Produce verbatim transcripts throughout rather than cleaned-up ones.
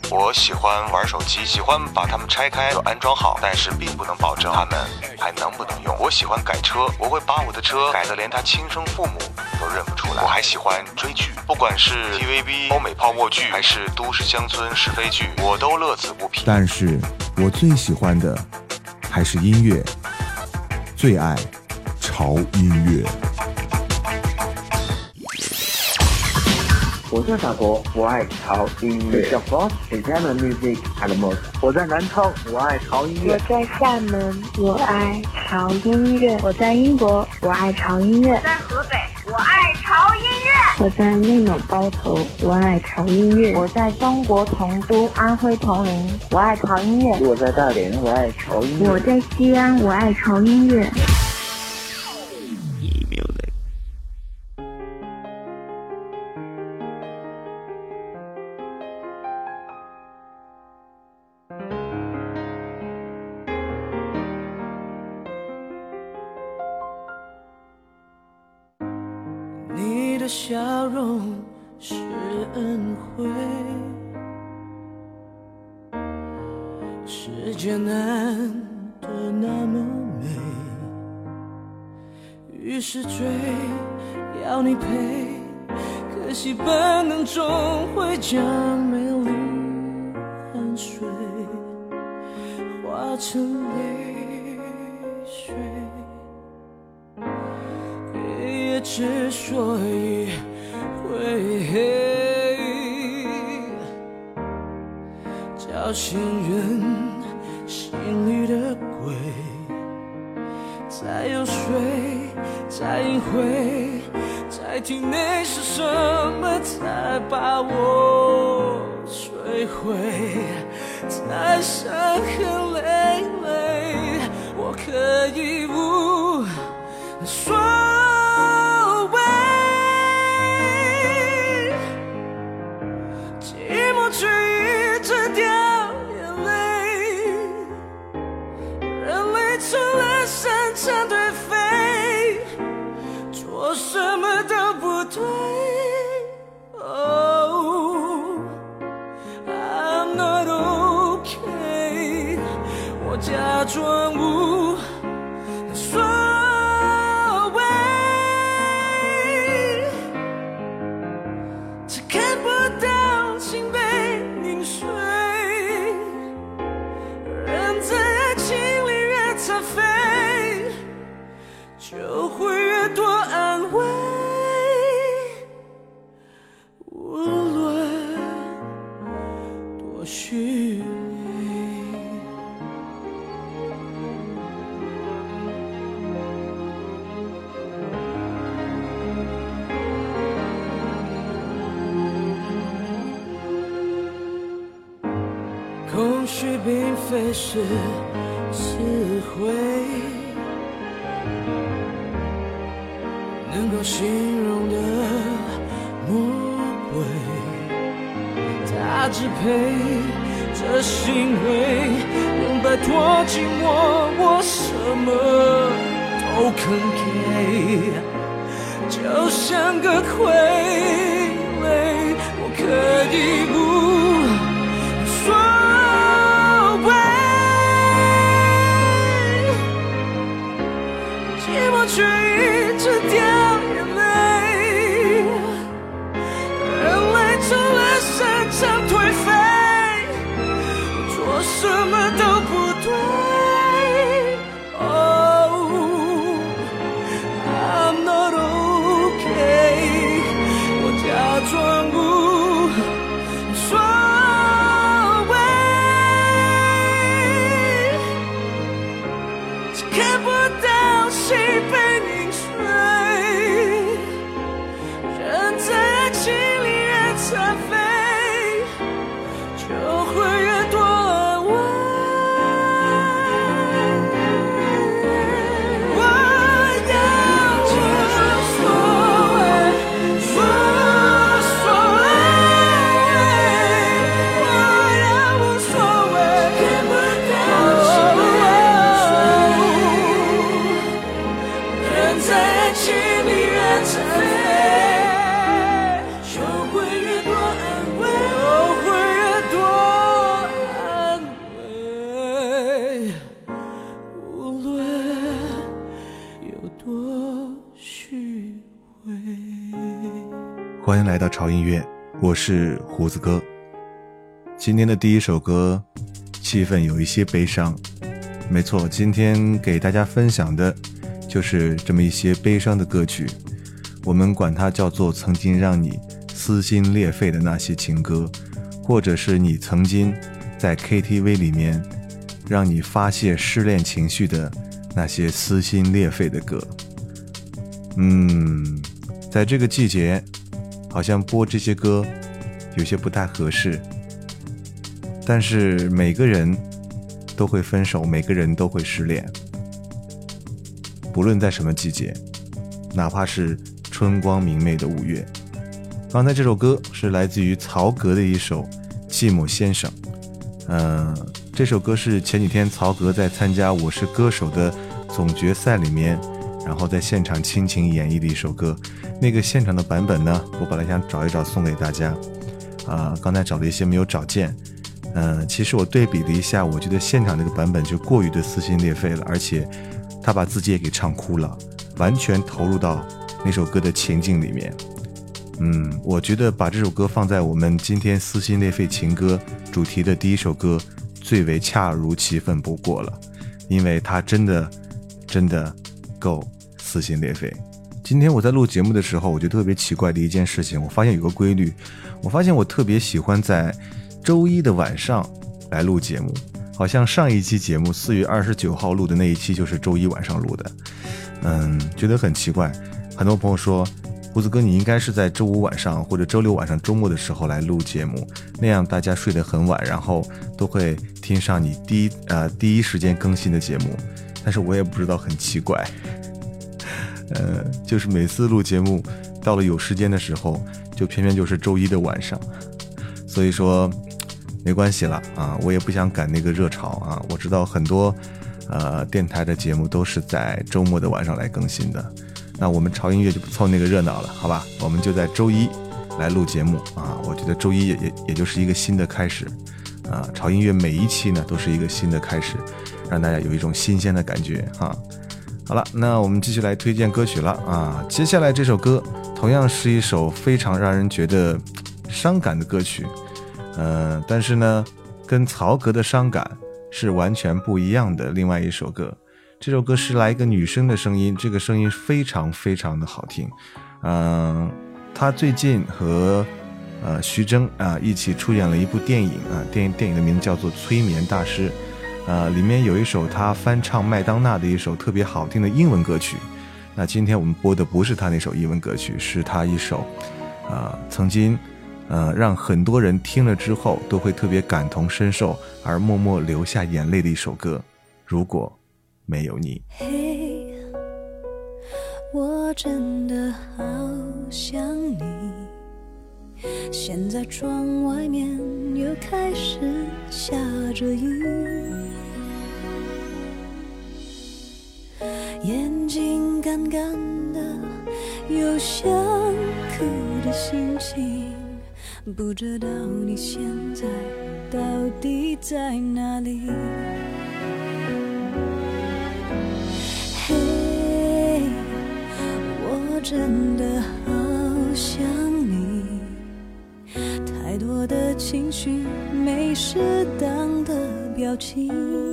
我喜欢玩手机，喜欢把它们拆开又安装好，但是并不能保证它们还能不能用。我喜欢改车，我会把我的车改得连他亲生父母都认不出来。我还喜欢追剧，不管是 T V B 欧美泡沫剧还是都市乡村是非剧，我都乐此不疲。 但是我最喜欢的还是音乐，最爱潮音乐。 我在法国，我爱潮音乐。小 boss Italian music at most。我在南通，我爱潮音乐。 我在厦门，我爱潮音乐。我在英国，我爱潮音乐。 我在河北，我爱潮音乐。 我在内蒙包头，我爱潮音乐。 我在中国成都、安徽铜陵，我爱潮音乐。 我在大连，我爱潮音乐。 我在西安，我爱潮音乐。 你的笑容是恩惠，世界难得那么美，于是追要你陪，可惜本能终会将美丽汗水化成泪水。之所以会黑，叫醒人心里的鬼，再游说，再隐晦，在体内是什么才把我摧毁，才伤痕累累，我可以无所谓，寂寞却一直掉眼泪，人类除了擅长颓废，做什么都不对。Oh, I'm not okay， 我假装无所谓，只看不到心被凝碎，人在爱情里越残废，就会越多安慰，无论多虚伪。空虚并非是词汇，能够形容的魔鬼，它支配这行为，能摆脱寂寞，我什么都肯给，就像个傀儡，我可以不所谓，寂寞却一直掉眼泪，人类除了擅长颓废，做什么都不对。Oh, I'm not okay， 我假欢迎来到潮音乐，我是胡子哥。今天的第一首歌气氛有一些悲伤，没错，今天给大家分享的就是这么一些悲伤的歌曲，我们管它叫做曾经让你撕心裂肺的那些情歌，或者是你曾经在 K T V 里面让你发泄失恋情绪的那些撕心裂肺的歌。嗯，在这个季节好像播这些歌有些不太合适，但是每个人都会分手，每个人都会失恋，不论在什么季节，哪怕是春光明媚的五月。刚才这首歌是来自于曹格的一首《寂寞先生》。呃，这首歌是前几天曹格在参加《我是歌手》的总决赛里面，然后在现场倾情演绎的一首歌。那个现场的版本呢，我本来想找一找送给大家，啊、呃，刚才找了一些没有找见。嗯、呃，其实我对比了一下，我觉得现场那个版本就过于的撕心裂肺了，而且他把自己也给唱哭了，完全投入到那首歌的情境里面。嗯，我觉得把这首歌放在我们今天撕心裂肺情歌主题的第一首歌，最为恰如其分不过了，因为它真的真的够撕心裂肺。今天我在录节目的时候，我就特别奇怪的一件事情，我发现有个规律，我发现我特别喜欢在周一的晚上来录节目，好像上一期节目四月二十九号录的那一期就是周一晚上录的。嗯，觉得很奇怪。很多朋友说，胡子哥你应该是在周五晚上或者周六晚上周末的时候来录节目，那样大家睡得很晚，然后都会听上你第一呃第一时间更新的节目。但是我也不知道，很奇怪，呃，就是每次录节目到了有时间的时候，就偏偏就是周一的晚上。所以说没关系了啊，我也不想赶那个热潮啊。我知道很多呃电台的节目都是在周末的晚上来更新的，那我们潮音乐就不凑那个热闹了，好吧？我们就在周一来录节目啊。我觉得周一也也也就是一个新的开始啊。潮音乐每一期呢都是一个新的开始，让大家有一种新鲜的感觉哈。好了，那我们继续来推荐歌曲了啊。接下来这首歌同样是一首非常让人觉得伤感的歌曲，呃，但是呢，跟曹格的伤感是完全不一样的另外一首歌。这首歌是来一个女生的声音，这个声音非常非常的好听。嗯、呃，她最近和呃徐峥啊、呃、一起出演了一部电影啊，电影电影的名字叫做《催眠大师》，呃，里面有一首她翻唱麦当娜的一首特别好听的英文歌曲。那今天我们播的不是她那首英文歌曲，是她一首啊、呃、曾经呃让很多人听了之后都会特别感同身受而默默流下眼泪的一首歌。如果没有你。 嘿，我真的好想你，现在窗外面又开始下着雨，眼睛干干的，有想哭的心情，不知道你现在到底在哪里。嘿，我真的好想你，太多的情绪没适当的表情，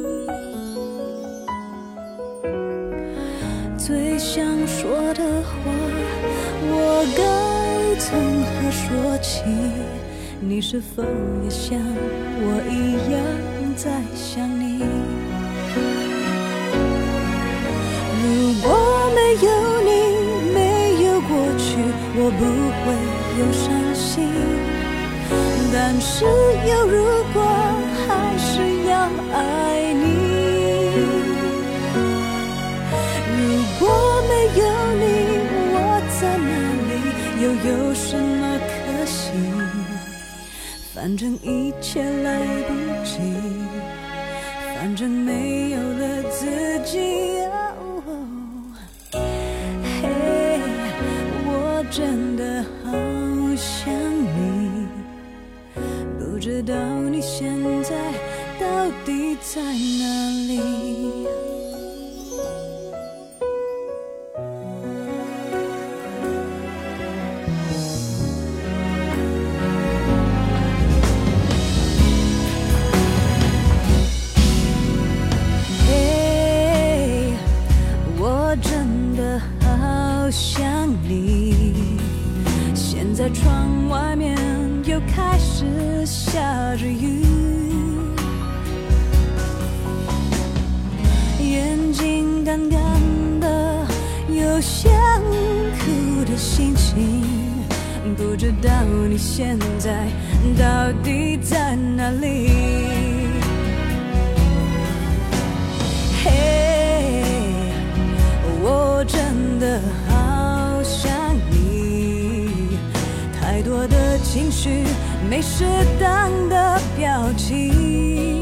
最想说的话我该从何说起，你是否也像我一样在想你？如果没有你，没有过去，我不会有伤心，但是有如果还是要爱你。如果没有你，我在哪里，又有什么可惜？反正一切来不及，反正没有了自己。嘿，我真的好想你，不知道你现在到底在哪里。 子下着雨，眼睛干干的，有想哭的心情，不知道你现在到底在哪里。嘿、hey, 我真的好想你，太多的情绪没适当的表情，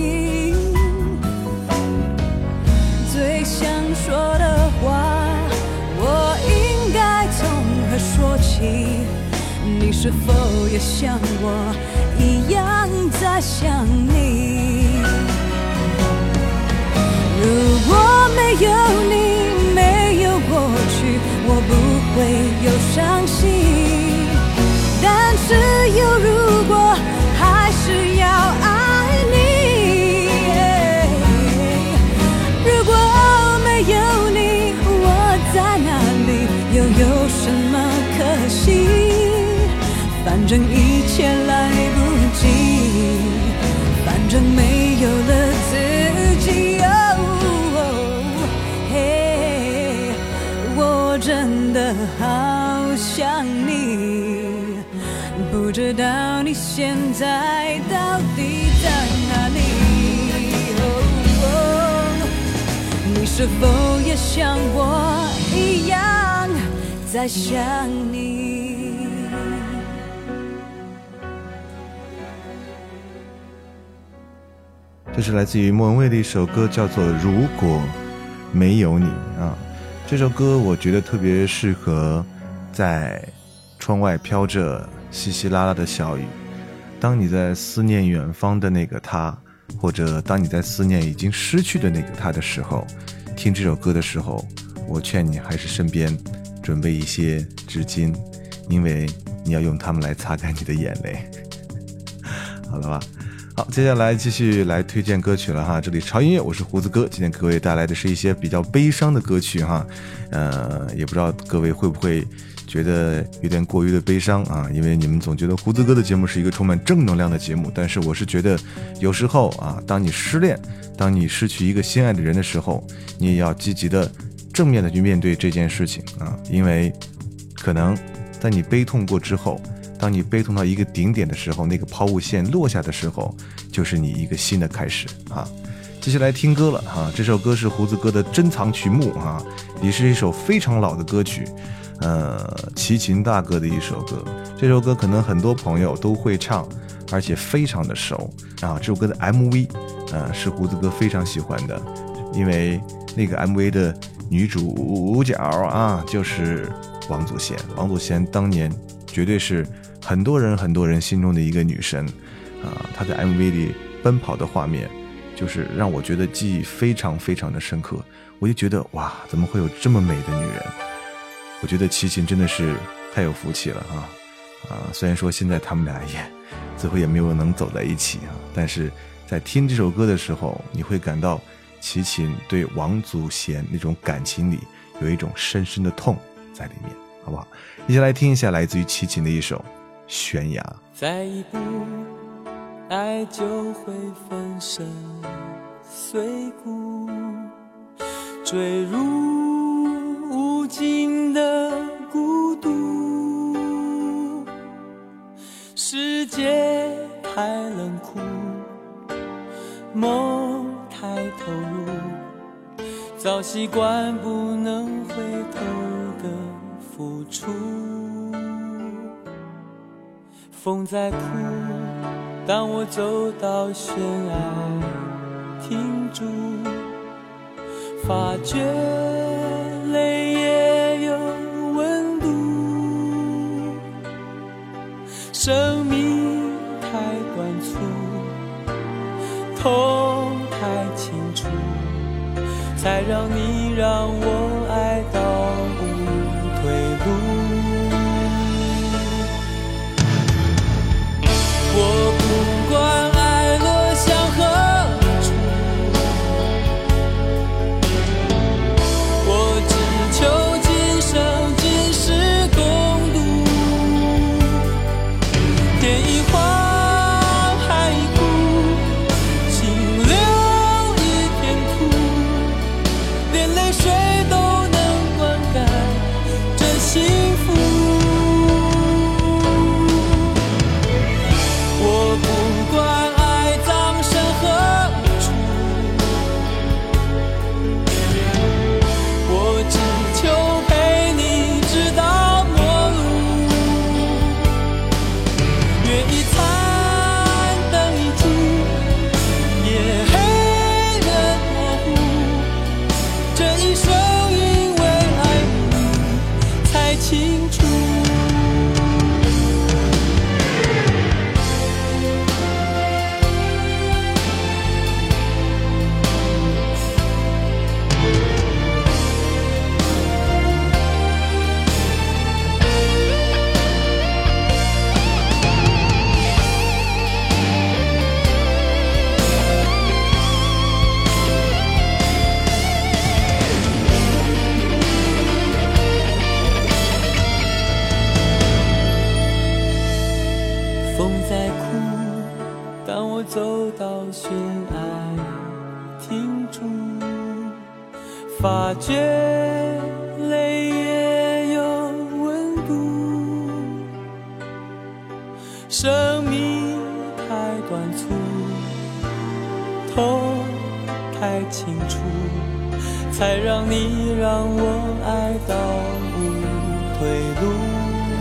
最想说的话我应该从何说起，你是否也像我一样在想你？如果没有你，没有过去，我不会有伤心。但是有如果，还是要爱你。如果没有你，我在哪里，又有什么可惜？反正一切来不及，反正没有了自己。真的好想你，不知道你现在到底在哪里、哦、你是否也像我一样在想你？ 这是来自于莫文蔚的一首歌，叫做《如果没有你》啊。这首歌我觉得特别适合在窗外飘着稀稀拉拉的小雨，当你在思念远方的那个他，或者当你在思念已经失去的那个他的时候，听这首歌的时候，我劝你还是身边准备一些纸巾，因为你要用它们来擦干你的眼泪。好了吧，好，接下来继续来推荐歌曲了哈。这里潮音乐，我是胡子哥，今天各位带来的是一些比较悲伤的歌曲哈。呃，也不知道各位会不会觉得有点过于的悲伤啊？因为你们总觉得胡子哥的节目是一个充满正能量的节目，但是我是觉得有时候啊，当你失恋，当你失去一个心爱的人的时候，你也要积极的、正面的去面对这件事情啊，因为可能在你悲痛过之后。当你悲痛到一个顶点的时候，那个抛物线落下的时候，就是你一个新的开始啊！接下来听歌了啊！这首歌是胡子哥的珍藏曲目啊，也是一首非常老的歌曲，呃，齐秦大哥的一首歌。这首歌可能很多朋友都会唱，而且非常的熟啊。这首歌的 M V， 呃，是胡子哥非常喜欢的，因为那个 M V 的女主角啊，就是王祖贤。王祖贤当年绝对是很多人很多人心中的一个女神啊！她在 M V 里奔跑的画面，就是让我觉得记忆非常非常的深刻。我就觉得哇，怎么会有这么美的女人？我觉得齐秦真的是太有福气了啊！啊，虽然说现在他们俩也最后也没有能走在一起啊，但是在听这首歌的时候，你会感到齐秦对王祖贤那种感情里有一种深深的痛在里面，好不好？一起来听一下来自于齐秦的一首悬崖。 再一步爱就会粉身碎骨，坠入无尽的孤独，世界太冷酷，梦太投入，早习惯不能回头的付出。风在哭，当我走到悬崖停住，发觉泪也有温度。生命太短促，痛太清楚，才让你让我爱到无退路。我不管爱落向何处，我只求今生今世共度。天一花苦，当我走到悬崖停住，发觉泪也有温度。生命太短促，痛太清楚，才让你让我爱到无退路。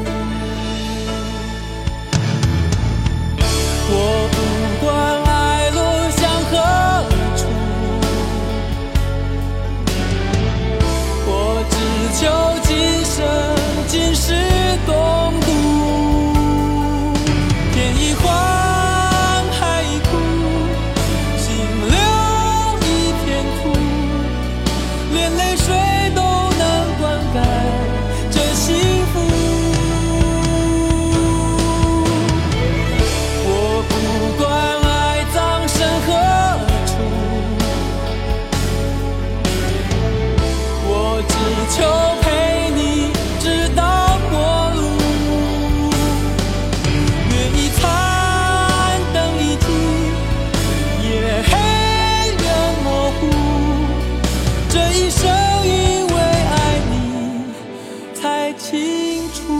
我不管爱落向何处，我只求今生今世共度。天一荒，海一枯，心留一片土，连泪水都能灌溉这幸福。我不管爱葬身何处，我只求陪你直到末路。月一残，灯一尽，夜黑人模糊，这一生因为爱你才清楚。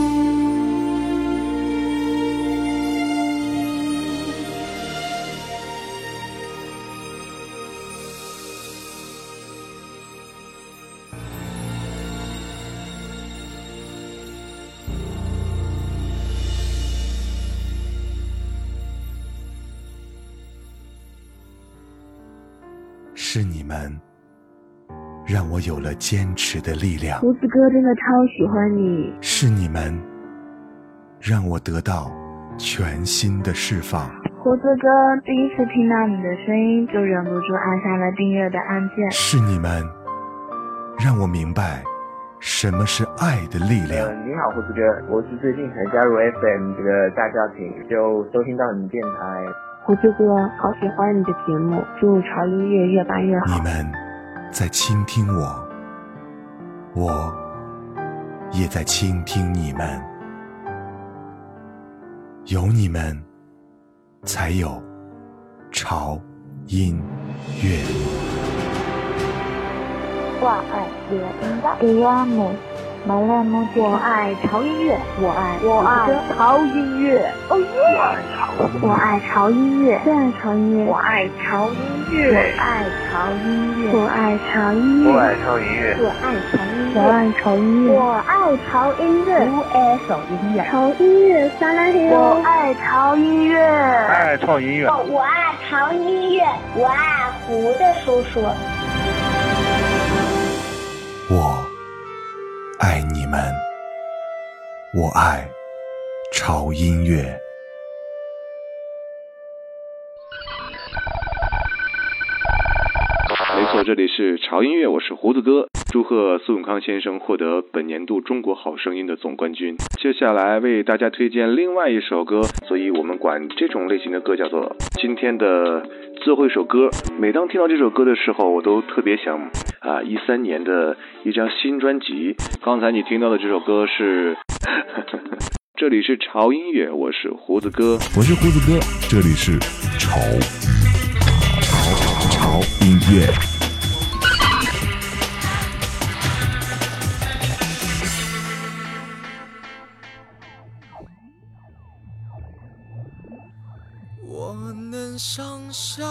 是你们让我有了坚持的力量， 胡子哥真的超喜欢你。 是你们让我得到全新的释放。 胡子哥第一次听到你的声音就忍不住按下了订阅的按键。 是你们让我明白什么是爱的力量。 呃、你好，胡子哥，我是最近才加入 F M 这个大家庭，就收听到你电台。 胡子哥，好喜欢你的节目，祝潮音乐越办越好。 你们在倾听我，我也在倾听你们。有你们，才有潮音乐。 我爱乐音乐，给我们买了么子。 我爱潮音乐，我爱我爱潮音乐， 哦耶！ 我爱潮音乐， 我爱潮音乐， 我爱潮音乐， 我爱潮音乐， 我爱潮音乐， 我爱潮音乐， 我爱潮音乐， 我爱潮音乐， 我爱潮音乐， 我爱潮音乐，潮音乐撒拉嘿我哟， 爱潮音乐， 爱潮音乐， 我爱潮音乐，我爱胡的叔叔。 我爱你们，我爱潮音乐。 没错，这里是潮音乐，我是胡子哥。祝贺苏永康先生获得本年度中国好声音的总冠军。接下来为大家推荐另外一首歌，所以我们管这种类型的歌叫做今天的最后一首歌。每当听到这首歌的时候，我都特别想啊，一三年的一张新专辑。刚才你听到的这首歌是这里是潮音乐，我是胡子哥， 我是胡子哥，这里是潮潮潮音乐。 我能想象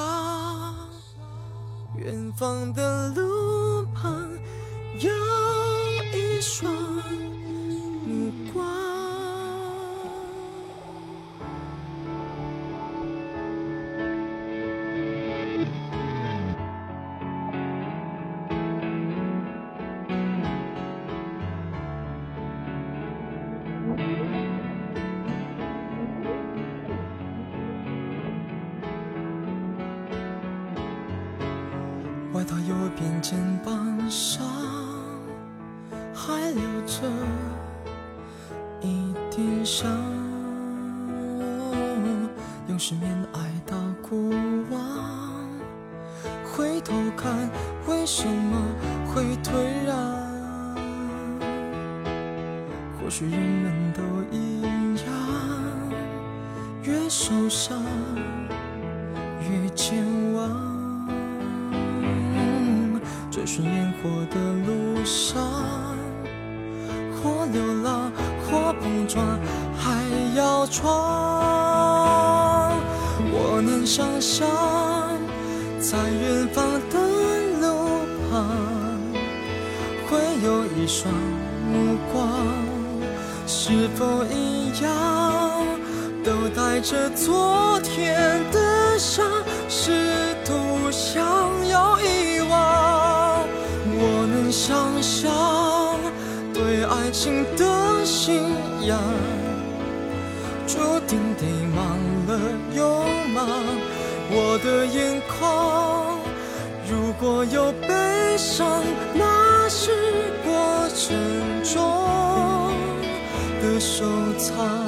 远方的路旁有一双目光，外套右边肩膀上还留着一点伤，用失眠爱到过往，回头看为什么会退让，或许人们都一样，越受伤上越健忘，追寻烟火的路上，或流浪或碰撞还要闯。我能想象在远方的路旁会有一双目光，是否一样都带着昨天的伤，试图想要遗忘。我能想象对爱情的信仰，注定得忙了又忙。我的眼眶如果有悲伤，那是过程中的收藏。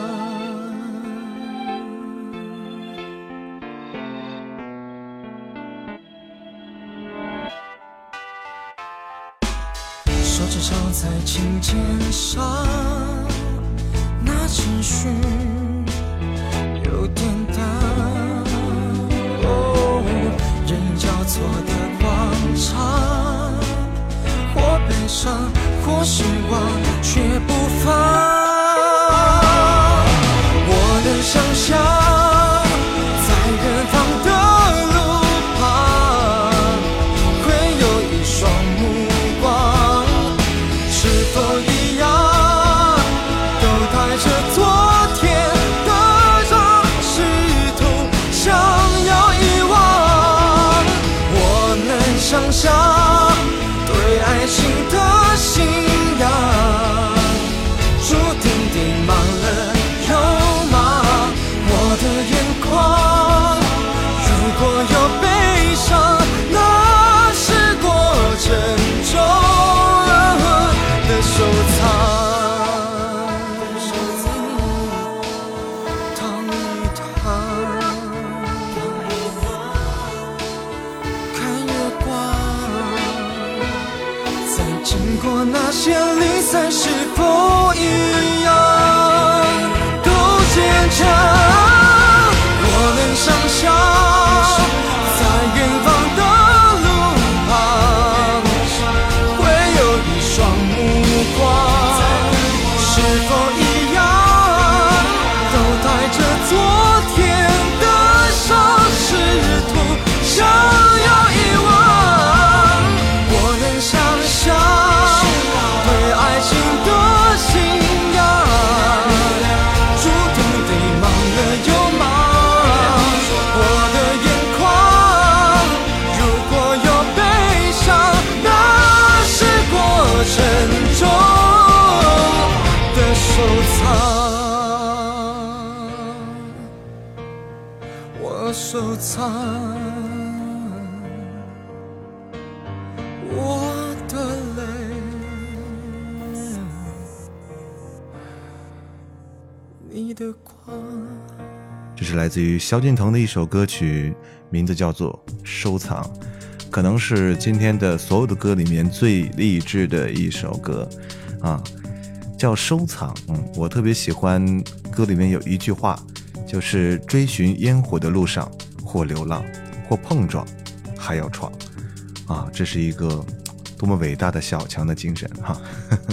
手指抄在琴键上，那情绪有点淡。哦，人影交错的广场，或悲伤，或失望，却不放。我能想象，在远方的路旁，会有一双目光，是否一样，都带着昨天的伤，试图想要遗忘。我能想象对爱情的信仰，注定得忙了又忙。我的眼眶如果有悲伤，那是过程中的收藏。躺一躺，看月光，再经过那些离散，是否一样都坚强。我能想象，在远方的路旁，会有一双目光，是否一样，都带着昨天的伤，试图想要遗忘。我能想象对爱情的信仰，注定得忙了又忙。我的眼眶如果有悲伤，那是过程中的收藏。我收藏我的泪，你的光。 这是来自于萧敬腾的一首歌曲，名字叫做《收藏》，可能是今天的所有的歌里面最励志的一首歌啊，叫《收藏》。嗯，我特别喜欢歌里面有一句话，就是追寻烟火的路上，或流浪，或碰撞，还要闯啊！这是一个多么伟大的小强的精神哈！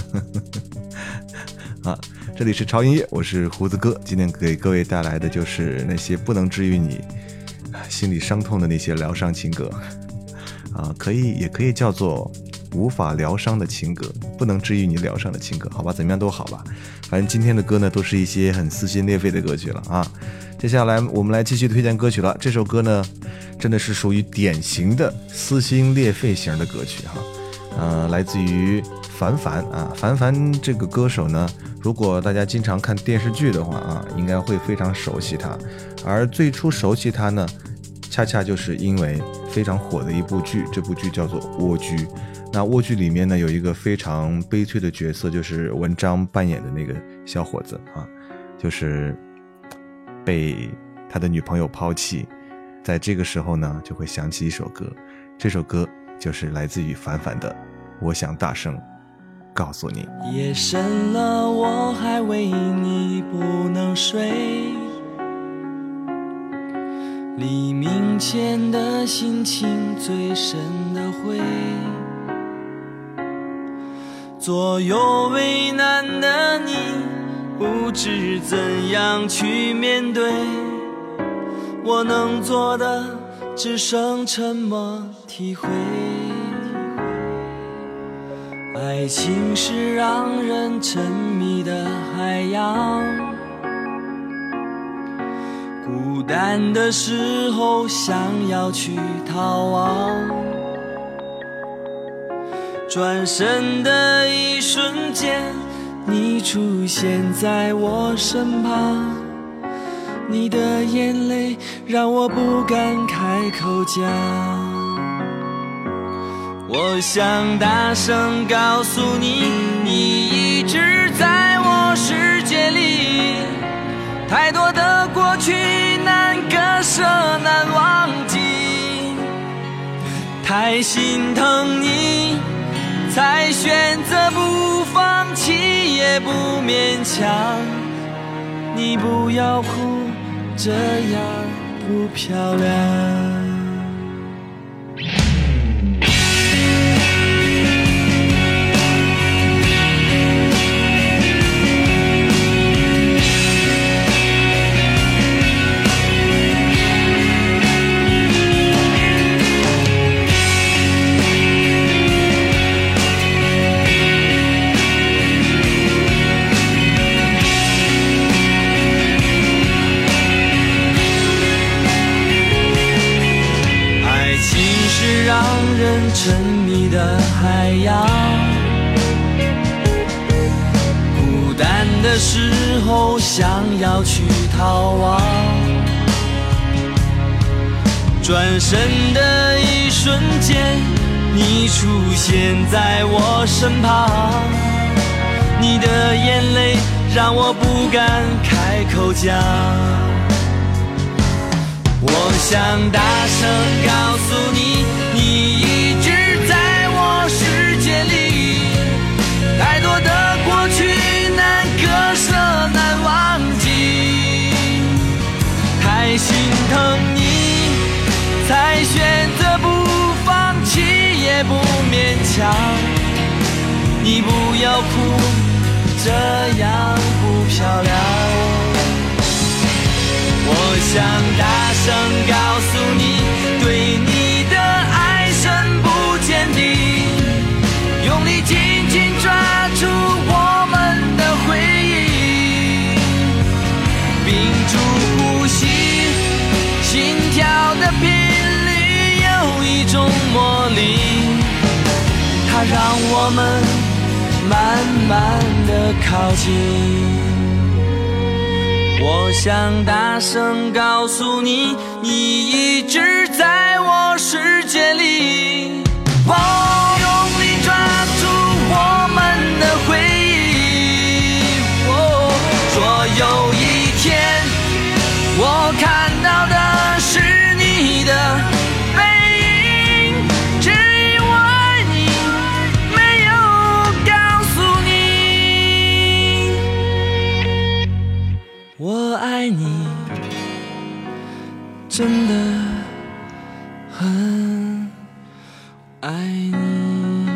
啊，这里是潮音乐，我是胡子哥，今天给各位带来的就是那些不能治愈你心里伤痛的那些疗伤情歌啊，可以也可以叫做无法疗伤的情歌，不能治愈你疗伤的情歌，好吧，怎么样都好吧。反正今天的歌呢，都是一些很撕心裂肺的歌曲了啊。接下来我们来继续推荐歌曲了，这首歌呢，真的是属于典型的撕心裂肺型的歌曲哈。呃，来自于凡凡啊，凡凡这个歌手呢，如果大家经常看电视剧的话啊，应该会非常熟悉他。而最初熟悉他呢，恰恰就是因为非常火的一部剧，这部剧叫做《蜗居》。那《蜗居》里面呢，有一个非常悲催的角色，就是文章扮演的那个小伙子啊，就是被他的女朋友抛弃。在这个时候呢，就会想起一首歌，这首歌就是来自于凡凡的《我想大声告诉你》。 夜深了，我还为你不能睡， 黎明前的心情最深的灰，左右为难的你不知怎样去面对，我能做的只剩沉默体会。爱情是让人沉迷的海洋，孤单的时候想要去逃亡，转身的一瞬间你出现在我身旁，你的眼泪让我不敢开口讲。我想大声告诉你，你一直在我世界里，太多的过去难割舍难忘记，太心疼你才选择不放弃也不勉强，你不要哭，这样不漂亮。让人沉迷的海洋，孤单的时候想要去逃亡，转身的一瞬间你出现在我身旁，你的眼泪让我不敢开口讲。我想大声告诉你，你一直在我世界里，太多的过去难割舍难忘记，太心疼你才选择不放弃也不勉强，你不要哭，这样不漂亮。我想大声告诉你，对你的爱深不见底，用力紧紧抓住我们的回忆，屏住呼吸，心跳的频率有一种魔力，它让我们慢慢的靠近。我想大声告诉你，你一直在我世界里，我用力抓住我们的回忆，哦，若有一天我看到的是你的背影，只因为你没有告诉你我爱你，真的很爱你。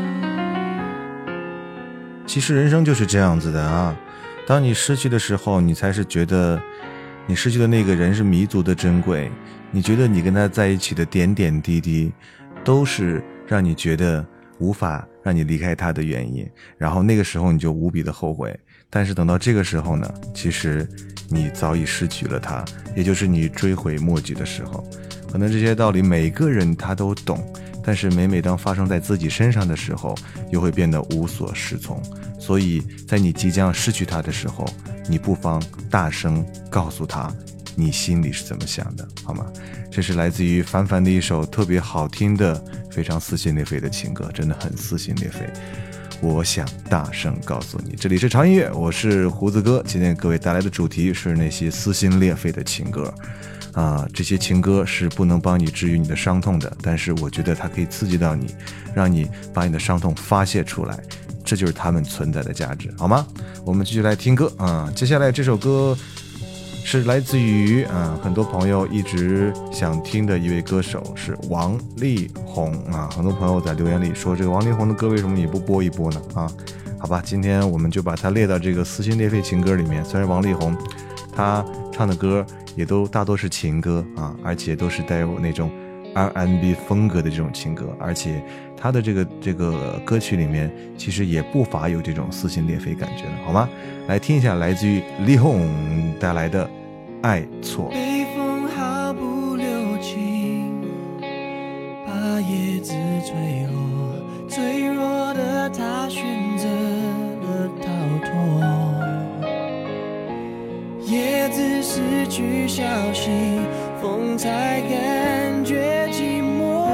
其实人生就是这样子的啊，当你失去的时候，你才是觉得你失去的那个人是弥足的珍贵，你觉得你跟他在一起的点点滴滴都是让你觉得无法让你离开他的原因，然后那个时候你就无比的后悔。但是等到这个时候呢，其实你早已失去了他，也就是你追悔莫及的时候。可能这些道理每个人他都懂，但是每每当发生在自己身上的时候，又会变得无所适从。所以在你即将失去他的时候，你不妨大声告诉他你心里是怎么想的，好吗？这是来自于凡凡的一首特别好听的非常撕心裂肺的情歌，真的很撕心裂肺。我想大声告诉你，这里是潮音乐，我是胡子哥。今天各位带来的主题是那些撕心裂肺的情歌啊，这些情歌是不能帮你治愈你的伤痛的，但是我觉得它可以刺激到你，让你把你的伤痛发泄出来，这就是他们存在的价值，好吗？我们继续来听歌啊，接下来这首歌是来自于啊、呃、很多朋友一直想听的一位歌手，是王力宏啊。很多朋友在留言里说，这个王力宏的歌为什么你不播一播呢？啊，好吧，今天我们就把它列到这个撕心裂肺情歌里面。虽然王力宏他唱的歌也都大多是情歌啊，而且都是带有那种 R and B 风格的这种情歌，而且他的这个这个歌曲里面其实也不乏有这种撕心裂肺感觉的，好吗？来听一下来自于力宏带来的《爱错》。 北风毫不留情，把叶子吹落，脆弱的他选择了逃脱。叶子失去消息，风才感觉寂寞。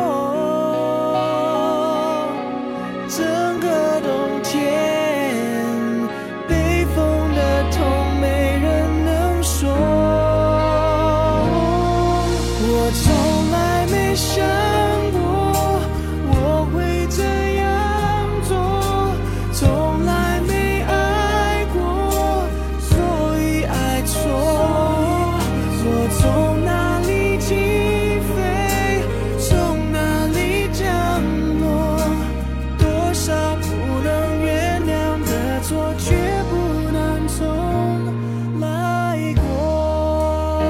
整个冬天，北风的痛没人能说。我从来没想过我会这样做，从来没爱过，所以爱错。我从哪里起飞，从哪里降落，多少不能原谅的错，却不能重来过。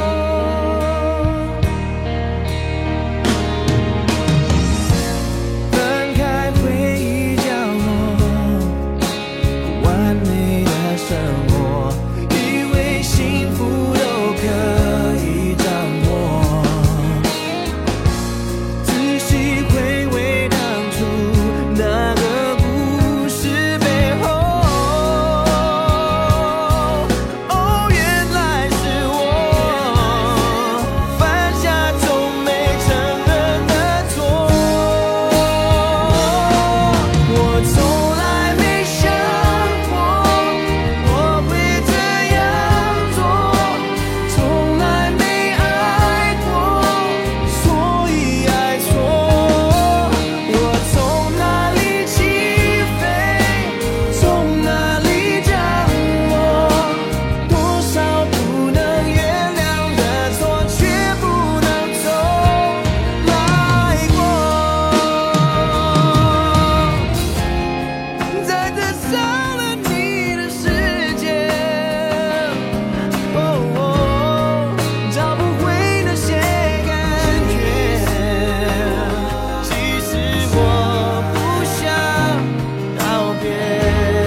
翻开回忆角落，完美的生活，以为幸福都可以掌握。仔细回味当初那个故事背后，哦，原来是我犯下从没承认的错。我从来没想过我会这样做，从来没爱过，所以爱错。我从哪里起飞，从哪里降落，多少不能原谅的错，却不能重来过。在这少了你的世界，哦，找不回那些感觉。其实我不想告别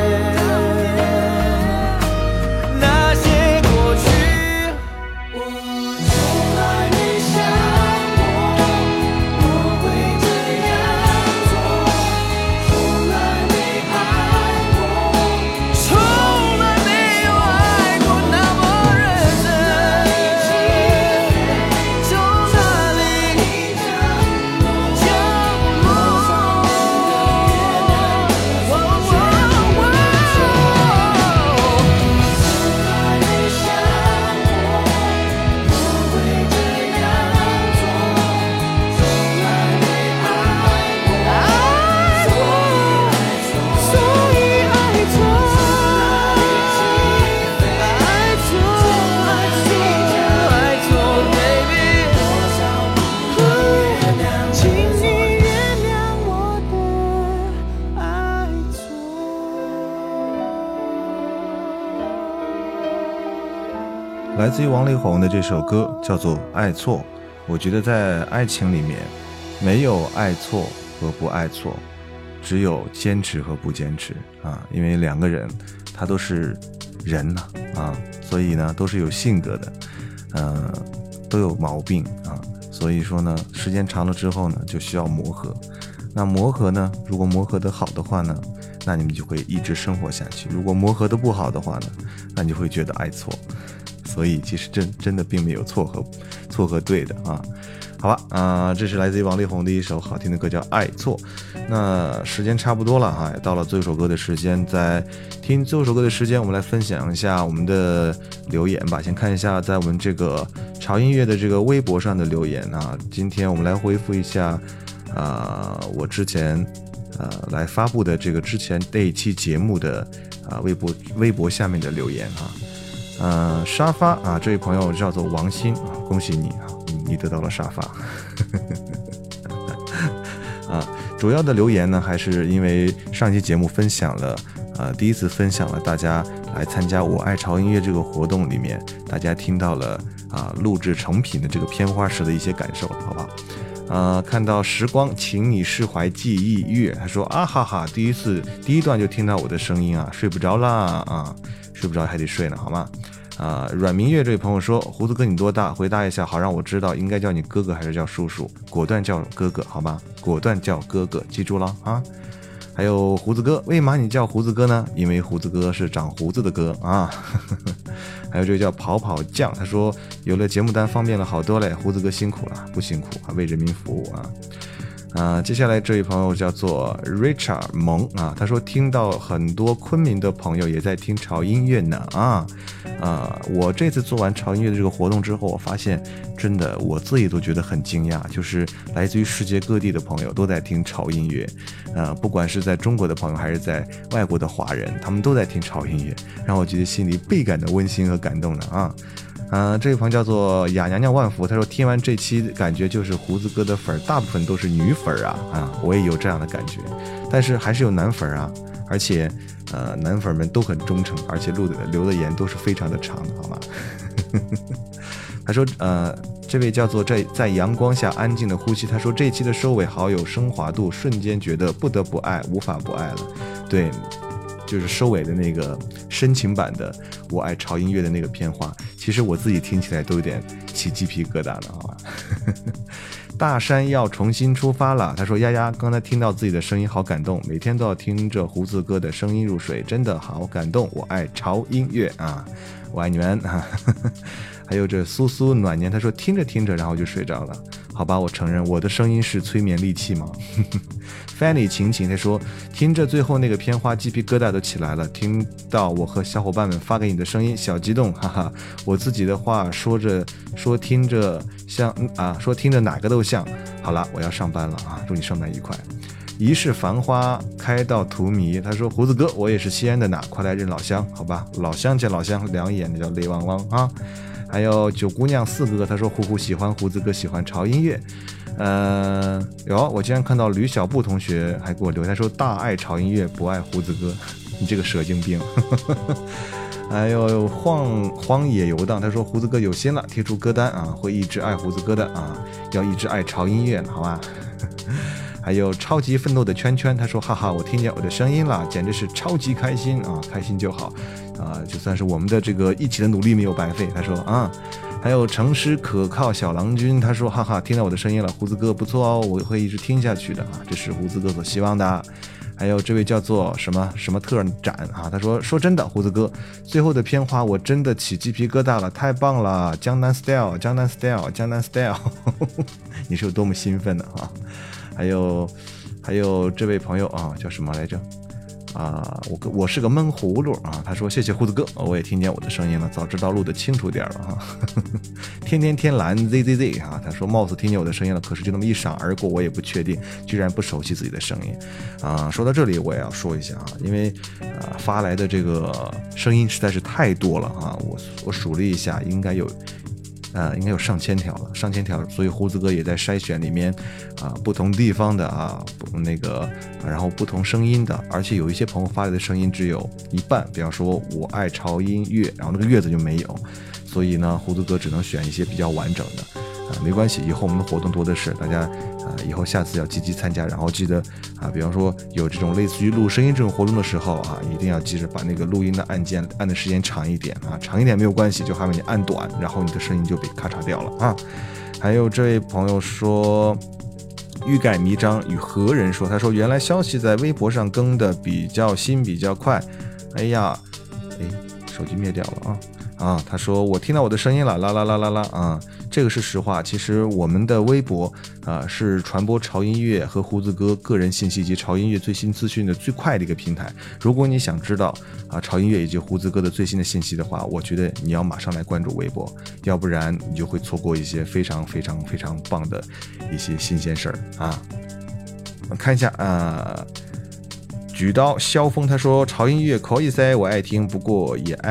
那些过去。我从来没想过我会这样做，从来没爱过，从来没有爱过那么认真。从哪里降落，哦哦哦，从来没想过我会这样做，从来没爱过，所以爱错，爱错，爱错，baby，请你原谅我的爱错。 来自于王力宏的这首歌叫做《爱错》。我觉得在爱情里面，没有爱错和不爱错，只有坚持和不坚持啊。因为两个人他都是人呐 啊, 啊，所以呢都是有性格的，呃，都有毛病啊。所以说呢，时间长了之后呢，就需要磨合。那磨合呢，如果磨合得好的话呢，那你们就会一直生活下去；如果磨合得不好的话呢，那你就会觉得爱错。所以其实真真的并没有错和错和对的啊。好吧，啊、呃，这是来自于王力宏的一首好听的歌，叫《爱错》。那时间差不多了哈，到了最后一首歌的时间，在听最后一首歌的时间，我们来分享一下我们的留言吧。先看一下在我们这个潮音乐的这个微博上的留言啊。今天我们来回复一下啊、呃，我之前呃来发布的这个之前那一期节目的啊、呃、微博微博下面的留言哈。 呃，沙发啊，这位朋友叫做王鑫啊，恭喜你啊，你你得到了沙发。啊，主要的留言呢，还是因为上期节目分享了，呃，第一次分享了大家来参加我爱潮音乐这个活动里面，大家听到了啊录制成品的这个片花时的一些感受，好吧？呃，看到时光，请你释怀记忆月，他说啊哈哈，第一次第一段就听到我的声音啊，睡不着啦啊，睡不着还得睡呢，好吗？啊、呃，阮明月这位朋友说，胡子哥你多大？回答一下，好让我知道应该叫你哥哥还是叫叔叔。果断叫哥哥，好吗？果断叫哥哥，记住了啊。还有胡子哥，为嘛你叫胡子哥呢？因为胡子哥是长胡子的哥啊。还有这位叫跑跑酱，他说有了节目单方便了好多嘞，胡子哥辛苦了，不辛苦啊，为人民服务啊。啊，接下来这位朋友叫做 Richard 蒙啊，他说听到很多昆明的朋友也在听潮音乐呢啊啊！我这次做完潮音乐的这个活动之后，我发现真的我自己都觉得很惊讶，就是来自于世界各地的朋友都在听潮音乐，呃，不管是在中国的朋友还是在外国的华人，他们都在听潮音乐，让我觉得心里倍感的温馨和感动呢啊！呃，这位朋友叫做雅娘娘万福，他说听完这期感觉就是胡子哥的粉大部分都是女粉啊啊，我也有这样的感觉，但是还是有男粉啊，而且呃男粉们都很忠诚，而且留的留的言都是非常的长的，好吗？他说呃这位叫做在在阳光下安静的呼吸，他说这一期的收尾好有升华度，瞬间觉得不得不爱，无法不爱了。对，就是收尾的那个深情版的我爱潮音乐的那个片花，其实我自己听起来都有点起鸡皮疙瘩呢，好吧？大山要重新出发了，他说丫丫刚才听到自己的声音好感动，每天都要听着胡子哥的声音入睡，真的好感动，我爱潮音乐啊，我爱你们啊！还有这苏苏暖年，他说听着听着然后就睡着了，好吧，我承认我的声音是催眠利器吗？Fanny 晴晴他说听着最后那个片花鸡皮疙瘩都起来了，听到我和小伙伴们发给你的声音小激动，哈哈，我自己的话说着说听着像啊说听着哪个都像。好了，我要上班了啊，祝你上班愉快。一世繁花开到荼蘼，他说胡子哥我也是西安的呢，快来认老乡，好吧，老乡见老乡，两眼那叫泪汪汪啊。还有九姑娘四哥，他说呼呼喜欢胡子哥，喜欢潮音乐。呃，有我竟然看到吕小布同学还给我留言，他说大爱潮音乐，不爱胡子哥，你这个蛇精病。还有荒荒野游荡，他说胡子哥有心了，贴出歌单啊，会一直爱胡子哥的啊，要一直爱潮音乐了，好吧？还有超级奋斗的圈圈，他说哈哈，我听见我的声音了，简直是超级开心啊，开心就好啊，就算是我们的这个一起的努力没有白费。他说啊，还有诚实可靠小郎君，他说哈哈，听到我的声音了，胡子哥不错哦，我会一直听下去的啊，这是胡子哥所希望的。还有这位叫做什么什么特展啊，他说说真的，胡子哥最后的片花我真的起鸡皮疙瘩了，太棒了，江南 style 江南 style 江南 style 你是有多么兴奋的啊。还有还有这位朋友啊，叫什么来着啊？我我是个闷葫芦啊。他说谢谢胡子哥，我也听见我的声音了，早知道录得清楚点了啊。天天天蓝 Z Z Z 啊，他说貌似听见我的声音了，可是就那么一闪而过，我也不确定，居然不熟悉自己的声音啊。说到这里，我也要说一下啊，因为呃发来的这个声音实在是太多了啊，我我数了一下，应该有。呃，应该有上千条了，上千条，所以胡子哥也在筛选里面，啊、呃，不同地方的啊，那个、啊，然后不同声音的，而且有一些朋友发来的声音只有一半，比方说我爱潮音乐，然后那个乐字就没有，所以呢，胡子哥只能选一些比较完整的，啊、呃，没关系，以后我们的活动多的是，大家啊、呃，以后下次要积极参加，然后记得啊，比方说有这种类似于录声音这种活动的时候啊，一定要记着把那个录音的按键按的时间长一点啊，长一点没有关系，就害怕你按短，然后你的声音就被咔嚓掉了啊。还有这位朋友说欲盖弥彰与何人说，他说原来消息在微博上更的比较新比较快，哎呀，哎，手机灭掉了啊。啊，他说我听到我的声音了，啦啦啦啦啦啊，这个是实话。其实我们的微博啊是传播潮音乐和胡子哥个人信息及潮音乐最新资讯的最快的一个平台。如果你想知道啊潮音乐以及胡子哥的最新的信息的话，我觉得你要马上来关注微博，要不然你就会错过一些非常非常非常棒的一些新鲜事儿啊。我看一下啊。举刀萧峰他说潮音乐可以噻，我爱听，不过也爱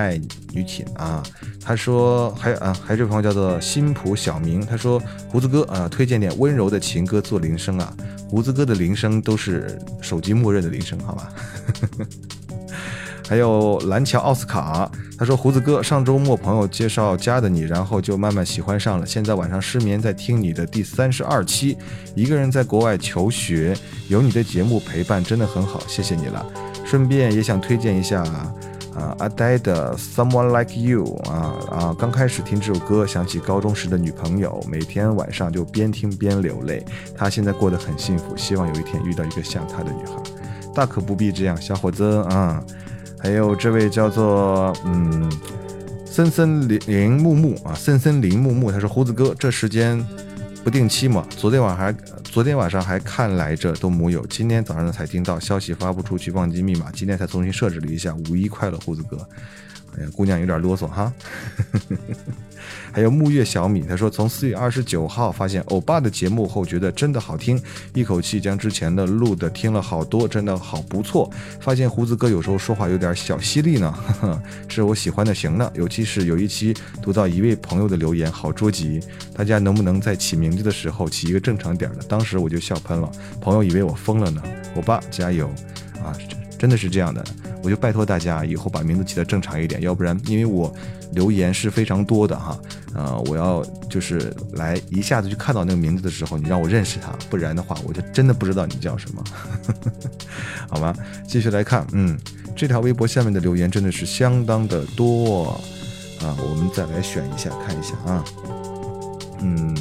于品啊，他说还有啊，还有这位朋友叫做新浦小明，他说胡子哥啊，推荐点温柔的情歌做铃声啊。胡子哥的铃声都是手机默认的铃声，好吧？还有蓝桥奥斯卡，他说胡子哥，上周末朋友介绍加的你，然后就慢慢喜欢上了，现在晚上失眠在听你的第三十二期，一个人在国外求学，有你的节目陪伴真的很好，谢谢你了。顺便也想推荐一下啊，阿呆的 Someone Like You 啊啊，刚开始听这首歌，想起高中时的女朋友，每天晚上就边听边流泪。她现在过得很幸福，希望有一天遇到一个像她的女孩。大可不必这样，小伙子啊。还有这位叫做嗯森森林木木啊，森森林木木，他说胡子哥，这时间不定期嘛，昨天晚上还昨天晚上还看来着都木有，今天早上才听到消息发不出去，忘记密码，今天才重新设置了一下。五一快乐，胡子哥。哎呀，姑娘有点啰嗦哈。还有木月小米，他说从四月二十九号发现欧巴的节目后，觉得真的好听，一口气将之前的录的听了好多，真的好不错。发现胡子哥有时候说话有点小犀利呢，呵呵，是我喜欢的型呢。尤其是有一期读到一位朋友的留言，好捉急，大家能不能在起名字的时候起一个正常点的？当时我就笑喷了，朋友以为我疯了呢。欧巴加油啊！真的是这样的，我就拜托大家以后把名字起得正常一点，要不然因为我留言是非常多的哈，呃，我要就是来一下子就看到那个名字的时候，你让我认识他，不然的话我就真的不知道你叫什么。好吗？继续来看，嗯，这条微博下面的留言真的是相当的多啊，我们再来选一下看一下啊，嗯。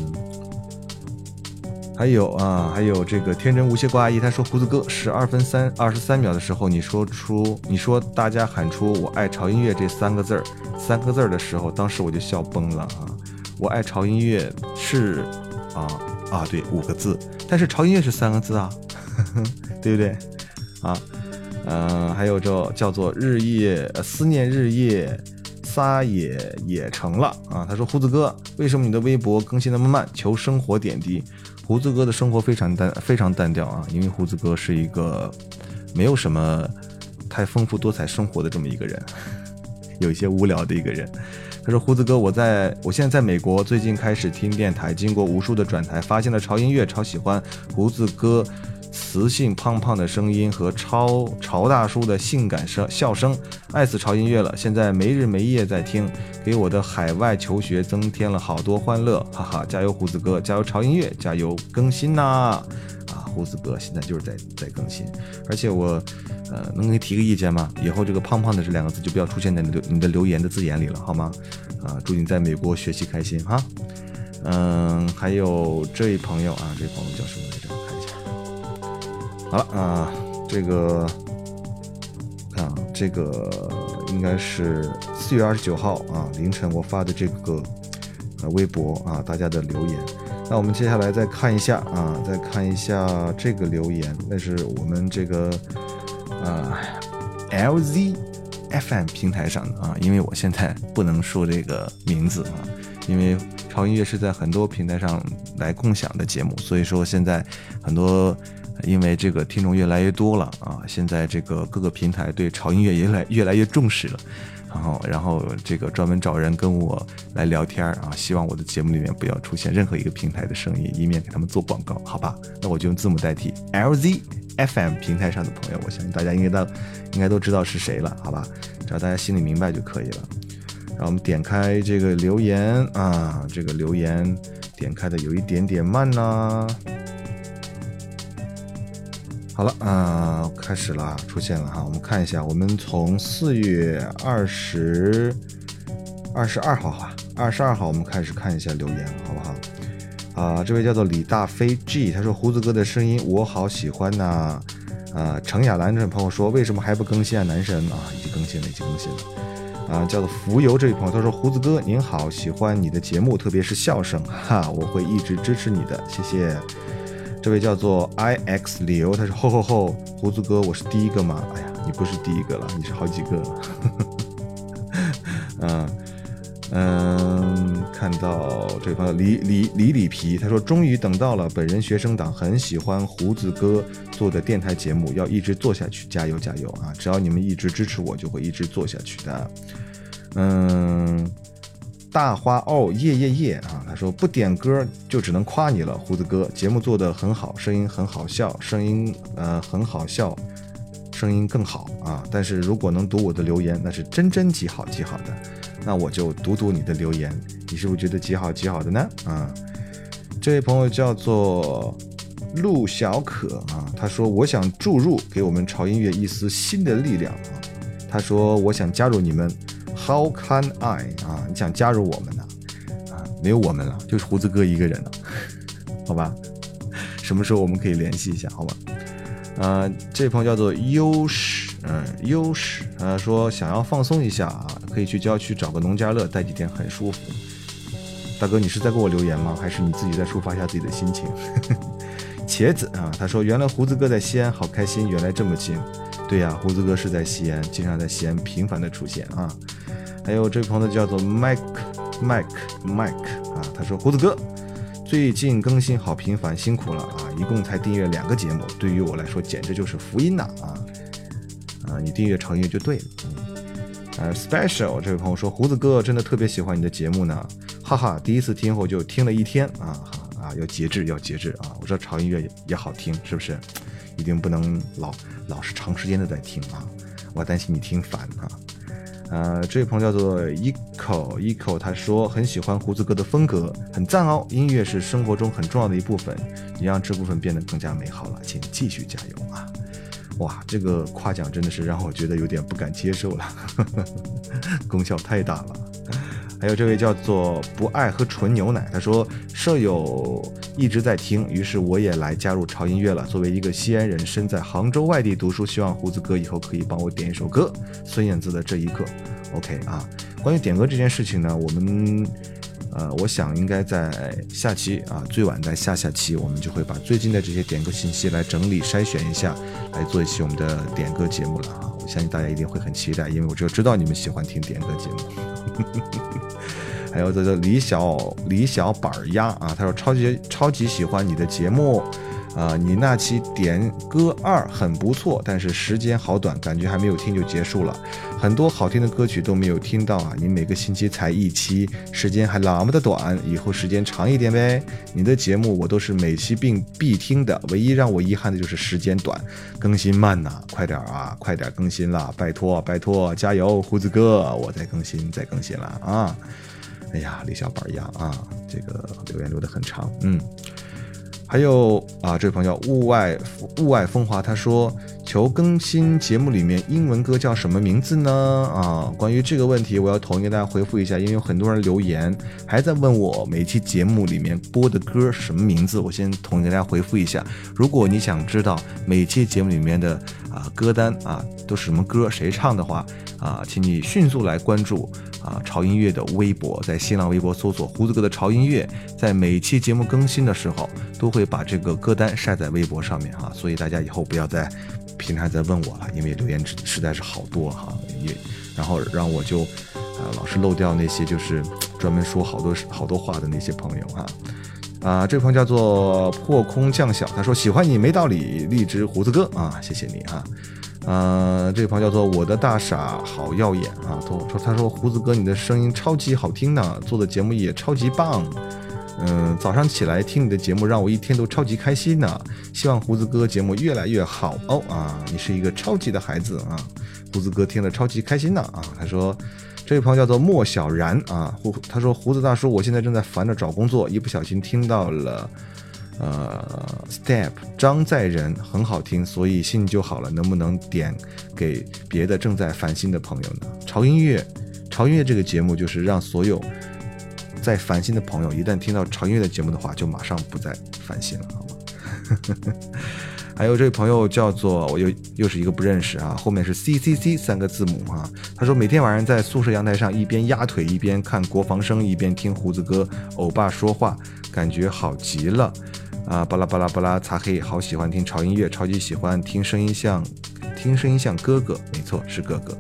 还有啊，还有这个天真无邪瓜阿姨，她说胡子哥十二分三二十三秒的时候，你说出你说大家喊出我爱潮音乐这三个字儿，三个字儿的时候，当时我就笑崩了啊！我爱潮音乐是啊啊对五个字，但是潮音乐是三个字啊，呵呵对不对啊？嗯、呃，还有这叫做日夜、呃、思念日夜。撒也也成了啊！他说胡子哥，为什么你的微博更新那么慢？求生活点滴。胡子哥的生活非常单非常单调啊，因为胡子哥是一个没有什么太丰富多彩生活的这么一个人，有一些无聊的一个人。他说胡子哥，我在我现在在美国，最近开始听电台，经过无数的转台，发现了潮音乐，超喜欢胡子哥磁性胖胖的声音和超潮大叔的性感声笑声，爱死潮音乐了。现在没日没夜在听，给我的海外求学增添了好多欢乐，哈哈！加油胡子哥，加油潮音乐，加油更新呐！啊，胡子哥现在就是在在更新，而且我呃能给你提个意见吗？以后这个胖胖的这两个字就不要出现在你的你的留言的字眼里了，好吗？啊，祝你在美国学习开心哈。嗯，还有这位朋友啊，这位朋友叫什么来着？我看一下。好了啊，这个看啊，这个应该是四月二十九号啊凌晨我发的这个呃微博啊，大家的留言。那我们接下来再看一下啊，再看一下这个留言，那是我们这个啊 L Z F M 平台上的啊，因为我现在不能说这个名字啊，因为潮音乐是在很多平台上来共享的节目，所以说现在很多。因为这个听众越来越多了啊，现在这个各个平台对潮音乐越来越来越重视了，然后然后这个专门找人跟我来聊天啊，希望我的节目里面不要出现任何一个平台的声音，以免给他们做广告，好吧？那我就用字母代替 L Z F M 平台上的朋友，我相信大家应该都应该都知道是谁了，好吧？只要大家心里明白就可以了。让我们点开这个留言啊，这个留言点开的有一点点慢呢、啊。好了啊，开始了，出现了哈。我们看一下，我们从四月二十二十二号哈，二十二号我们开始看一下留言，好不好？啊，这位叫做李大飞 G， 他说胡子哥的声音我好喜欢呐、啊。啊，程亚兰这位朋友说为什么还不更新啊？男神啊，已经更新了，已经更新了。啊，叫做浮游这位朋友他说胡子哥您好，喜欢你的节目，特别是笑声，哈，我会一直支持你的，谢谢。这位叫做 I X 刘，他说吼吼吼，胡子哥，我是第一个吗？哎呀，你不是第一个了，你是好几个了。嗯嗯，看到这位朋友李李李李皮，他说终于等到了，本人学生党很喜欢胡子哥做的电台节目，要一直做下去，加油加油啊！只要你们一直支持我，就会一直做下去的。 嗯，大花哦耶耶耶啊，他说不点歌就只能夸你了，胡子哥，节目做得很好，声音很好笑，声音呃很好笑，声音更好啊。但是如果能读我的留言，那是真真极好极好的。那我就读读你的留言，你是不是觉得极好极好的呢？啊，这位朋友叫做陆小可啊，他说我想注入给我们潮音乐一丝新的力量啊。他说我想加入你们 ，How can I 啊？你想加入我们呢？啊，没有我们了，就是胡子哥一个人了，好吧？什么时候我们可以联系一下，好吧？呃，这位朋友叫做优势，嗯，优势，呃，说想要放松一下啊，可以去郊区找个农家乐待几天，很舒服。大哥，你是在给我留言吗？还是你自己在抒发一下自己的心情？茄子啊，他说原来胡子哥在西安，好开心，原来这么近。对呀、啊，胡子哥是在西安，经常在西安频繁的出现啊。还有这位朋友叫做 Mike Mike Mike 啊，他说胡子哥最近更新好频繁，辛苦了啊！一共才订阅两个节目，对于我来说简直就是福音呐啊！啊，你订阅潮音乐就对了。嗯，呃 ，Special 这位朋友说胡子哥真的特别喜欢你的节目呢，哈哈，第一次听后就听了一天啊啊，要节制要节制啊！我知道潮音乐 也, 也好听，是不是？一定不能老老是长时间的在听啊，我担心你听烦啊。呃，这位朋友叫做 Eco Eco， 他说很喜欢胡子哥的风格，很赞哦。音乐是生活中很重要的一部分，你让这部分变得更加美好了，请继续加油啊！哇，这个夸奖真的是让我觉得有点不敢接受了，呵呵，功效太大了。还有这位叫做不爱喝纯牛奶，他说舍友一直在听，于是我也来加入潮音乐了。作为一个西安人，身在杭州外地读书，希望胡子哥以后可以帮我点一首歌，孙燕姿的《这一刻》。OK 啊，关于点歌这件事情呢，我们呃，我想应该在下期啊，最晚在下下期，我们就会把最近的这些点歌信息来整理筛选一下，来做一期我们的点歌节目了啊！我相信大家一定会很期待，因为我就知道你们喜欢听点歌节目。还有这个李小李小板鸭啊，他说超级超级喜欢你的节目啊、呃，你那期点歌二很不错，但是时间好短，感觉还没有听就结束了，很多好听的歌曲都没有听到啊！你每个星期才一期，时间还那么的短，以后时间长一点呗。你的节目我都是每期并必听的，唯一让我遗憾的就是时间短，更新慢呐、啊，快点啊，快点更新啦，拜托拜托，加油，胡子哥，我在更新再更新了啊！哎呀，李小板一样啊，这个留言留得很长，嗯。还有啊，这位朋友物外物外风华，他说求更新节目里面英文歌叫什么名字呢？啊，关于这个问题，我要统一给大家回复一下，因为有很多人留言还在问我每期节目里面播的歌什么名字，我先统一给大家回复一下。如果你想知道每期节目里面的啊歌单啊都是什么歌，谁唱的话啊，请你迅速来关注啊潮音乐的微博，在新浪微博搜索胡子哥的潮音乐，在每期节目更新的时候都会把这个歌单晒在微博上面哈，所以大家以后不要再平常再问我了，因为留言实在是好多哈，也然后让我就啊老是漏掉那些就是专门说好多好多话的那些朋友哈。啊，这位朋友叫做破空降小，他说喜欢你没道理，荔枝胡子哥啊，谢谢你哈。呃，这位朋友叫做我的大傻好耀眼啊，他说他说胡子哥你的声音超级好听呢，做的节目也超级棒。嗯，早上起来听你的节目，让我一天都超级开心呢。希望胡子哥节目越来越好哦啊！你是一个超级的孩子啊，胡子哥听了超级开心呢啊。他说，这位朋友叫做莫小然啊，胡他说胡子大叔，我现在正在烦着找工作，一不小心听到了呃 Step 张在仁很好听，所以心就好了，能不能点给别的正在烦心的朋友呢？潮音乐，潮音乐这个节目就是让所有在烦心的朋友一旦听到潮音乐的节目的话，就马上不再烦心了，好吗？还有这位朋友叫做我又又是一个不认识啊，后面是 C C C 三个字母啊。他说每天晚上在宿舍阳台上一边压腿一边看国防生，一边听胡子哥欧巴说话，感觉好极了啊！巴拉巴拉巴拉擦黑，好喜欢听潮音乐，超级喜欢听声音像听声音像哥哥，没错是哥哥。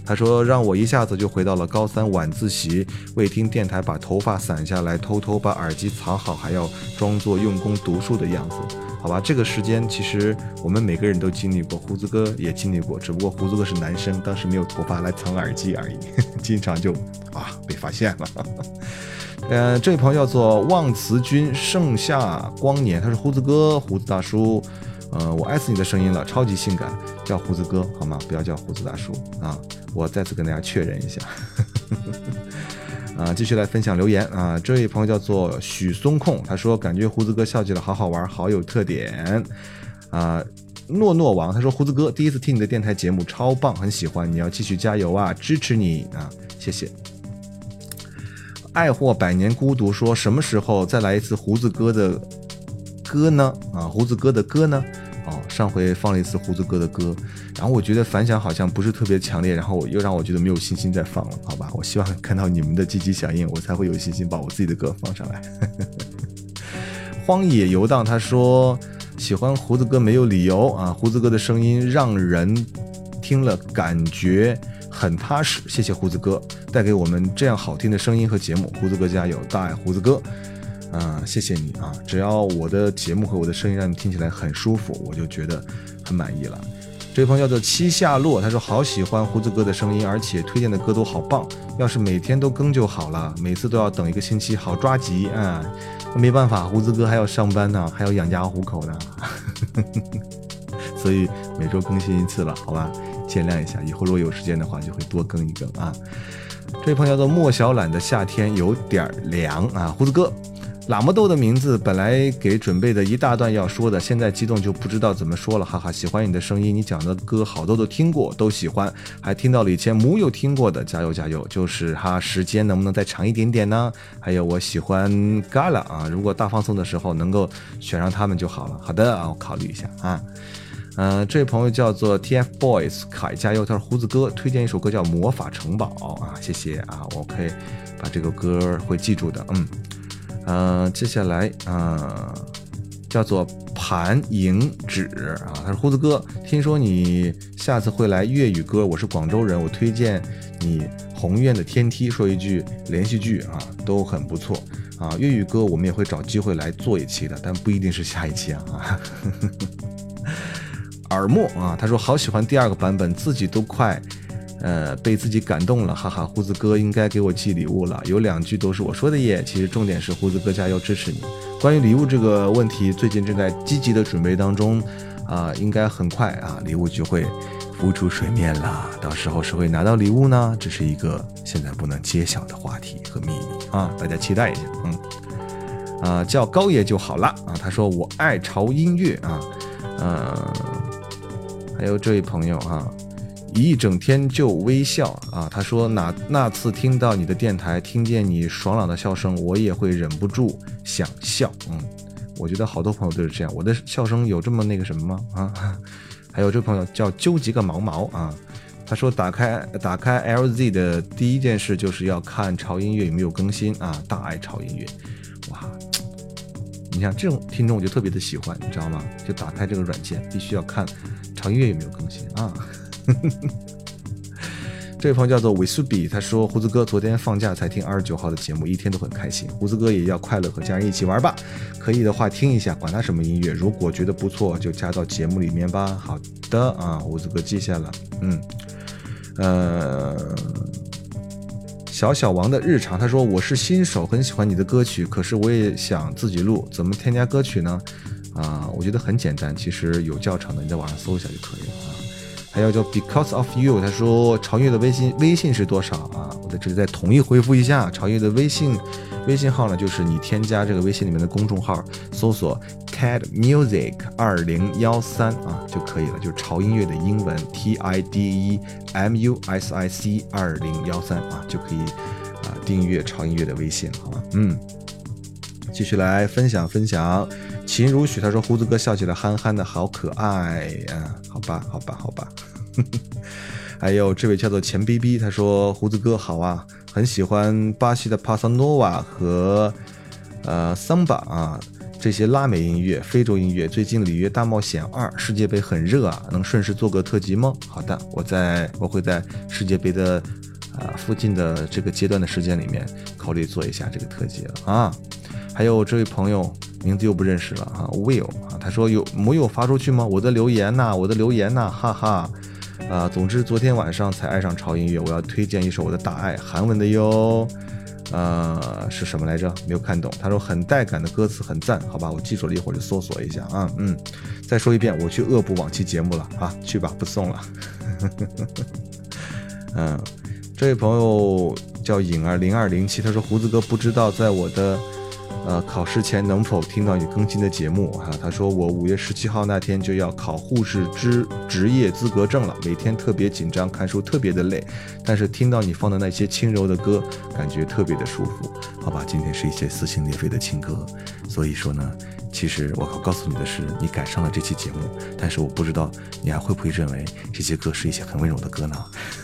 他说让我一下子就回到了高三晚自习，为听电台把头发散下来，偷偷把耳机藏好，还要装作用功读书的样子。好吧，这个时间其实我们每个人都经历过，胡子哥也经历过，只不过胡子哥是男生，当时没有头发来藏耳机而已，经常就啊被发现了。呃，这位朋友叫做望慈君盛夏光年，他说胡子哥，胡子大叔，呃，我爱死你的声音了，超级性感，叫胡子哥好吗？不要叫胡子大叔啊！我再次跟大家确认一下。啊，继续来分享留言啊！这位朋友叫做许松控，他说感觉胡子哥笑起来好好玩，好有特点啊！诺诺王他说胡子哥第一次听你的电台节目超棒，很喜欢，你要继续加油啊，支持你啊，谢谢。爱或百年孤独说什么时候再来一次胡子哥的歌呢？啊，胡子哥的歌呢？哦，上回放了一次胡子哥的歌，然后我觉得反响好像不是特别强烈，然后又让我觉得没有信心再放了，好吧？我希望看到你们的积极响应，我才会有信心把我自己的歌放上来。荒野游荡他说喜欢胡子哥没有理由啊，胡子哥的声音让人听了感觉很踏实，谢谢胡子哥带给我们这样好听的声音和节目，胡子哥加油，大爱胡子哥啊、呃，谢谢你啊！只要我的节目和我的声音让你听起来很舒服，我就觉得很满意了。这位朋友叫做七夏落，他说好喜欢胡子哥的声音，而且推荐的歌都好棒，要是每天都更就好了，每次都要等一个星期，好抓急啊！没办法，胡子哥还要上班呢，还要养家糊口呢，所以每周更新一次了，好吧？见谅一下，以后如果有时间的话就会多更一更啊。这位朋友叫做莫小懒的夏天有点凉啊，胡子哥喇嘛豆的名字本来给准备的一大段要说的，现在激动就不知道怎么说了，哈哈，喜欢你的声音，你讲的歌好多都听过，都喜欢，还听到了以前母有听过的，加油加油，就是哈，时间能不能再长一点点呢？还有我喜欢 Gala 啊，如果大放送的时候能够选上他们就好了。好的啊，我考虑一下啊。呃，这位朋友叫做 T F Boys 凯加油，他说胡子哥推荐一首歌叫《魔法城堡》啊，谢谢啊，我可以把这个歌会记住的，嗯。呃，接下来呃，叫做盘影指啊，他说胡子哥，听说你下次会来粤语歌，我是广州人，我推荐你宏愿的天梯，说一句连续剧啊，都很不错啊。粤语歌我们也会找机会来做一期的，但不一定是下一期啊。耳目啊，他说好喜欢第二个版本，自己都快呃，被自己感动了，哈哈！胡子哥应该给我寄礼物了，有两句都是我说的耶。其实重点是胡子哥加油支持你。关于礼物这个问题，最近正在积极的准备当中，啊、呃，应该很快啊，礼物就会浮出水面了。到时候是会拿到礼物呢，这是一个现在不能揭晓的话题和秘密啊，大家期待一下。嗯，啊、呃，叫高爷就好了啊。他说我爱潮音乐啊，呃，还有这位朋友啊。一整天就微笑啊！他说那那次听到你的电台，听见你爽朗的笑声，我也会忍不住想笑。嗯，我觉得好多朋友都是这样。我的笑声有这么那个什么吗？啊，还有这位朋友叫纠集个毛毛啊，他说打开打开 L Z 的第一件事就是要看潮音乐有没有更新啊，大爱潮音乐，哇！你像这种听众我就特别的喜欢，你知道吗？就打开这个软件，必须要看潮音乐有没有更新啊。这位朋友叫做韦苏比，他说胡子哥昨天放假才听二十九号的节目，一天都很开心。胡子哥也要快乐和家人一起玩吧，可以的话听一下，管他什么音乐，如果觉得不错就加到节目里面吧。好的啊，胡子哥记下了。嗯，呃，小小王的日常，他说我是新手，很喜欢你的歌曲，可是我也想自己录，怎么添加歌曲呢？啊，我觉得很简单，其实有教程的，你在网上搜一下就可以了啊。还有叫 Because of You， 他说潮乐的微信微信是多少啊？我在这里再统一回复一下，潮乐的微信微信号呢，就是你添加这个微信里面的公众号，搜索 Cad Music 二零一三啊就可以了，就是潮音乐的英文 T I D E M U S I C 二零一三啊就可以啊订阅潮音乐的微信了，好吧？嗯，继续来分享分享。秦如许他说胡子哥笑起来憨憨的好可爱啊，好吧好吧好吧。还有这位叫做钱 B B， 他说胡子哥好啊，很喜欢巴西的帕萨诺瓦和呃桑巴啊， 这些拉美音乐、非洲音乐。最近《里约大冒险二》世界杯很热啊，能顺势做个特辑吗？好的，我在我会在世界杯的啊、呃、附近的这个阶段的时间里面考虑做一下这个特辑了啊。还有这位朋友名字又不认识了啊 ，Will 啊，他说有没有发出去吗？我的留言呐、啊，我的留言呐、啊，哈哈。啊，总之昨天晚上才爱上潮音乐，我要推荐一首我的大爱，韩文的哟。呃，是什么来着？没有看懂。他说很带感的歌词很赞，好吧，我记住了，一会儿就搜索一下啊。嗯，再说一遍，我去恶补往期节目了啊，去吧，不送了。嗯，这位朋友叫颖儿零二零七，他说胡子哥不知道在我的呃考试前能否听到你更新的节目啊？他说我五月十七号那天就要考护士职职业资格证了，每天特别紧张，看书特别的累，但是听到你放的那些轻柔的歌，感觉特别的舒服。好吧，今天是一些撕心裂肺的情歌，所以说呢，其实我要告诉你的是，你赶上了这期节目，但是我不知道你还会不会认为这些歌是一些很温柔的歌呢？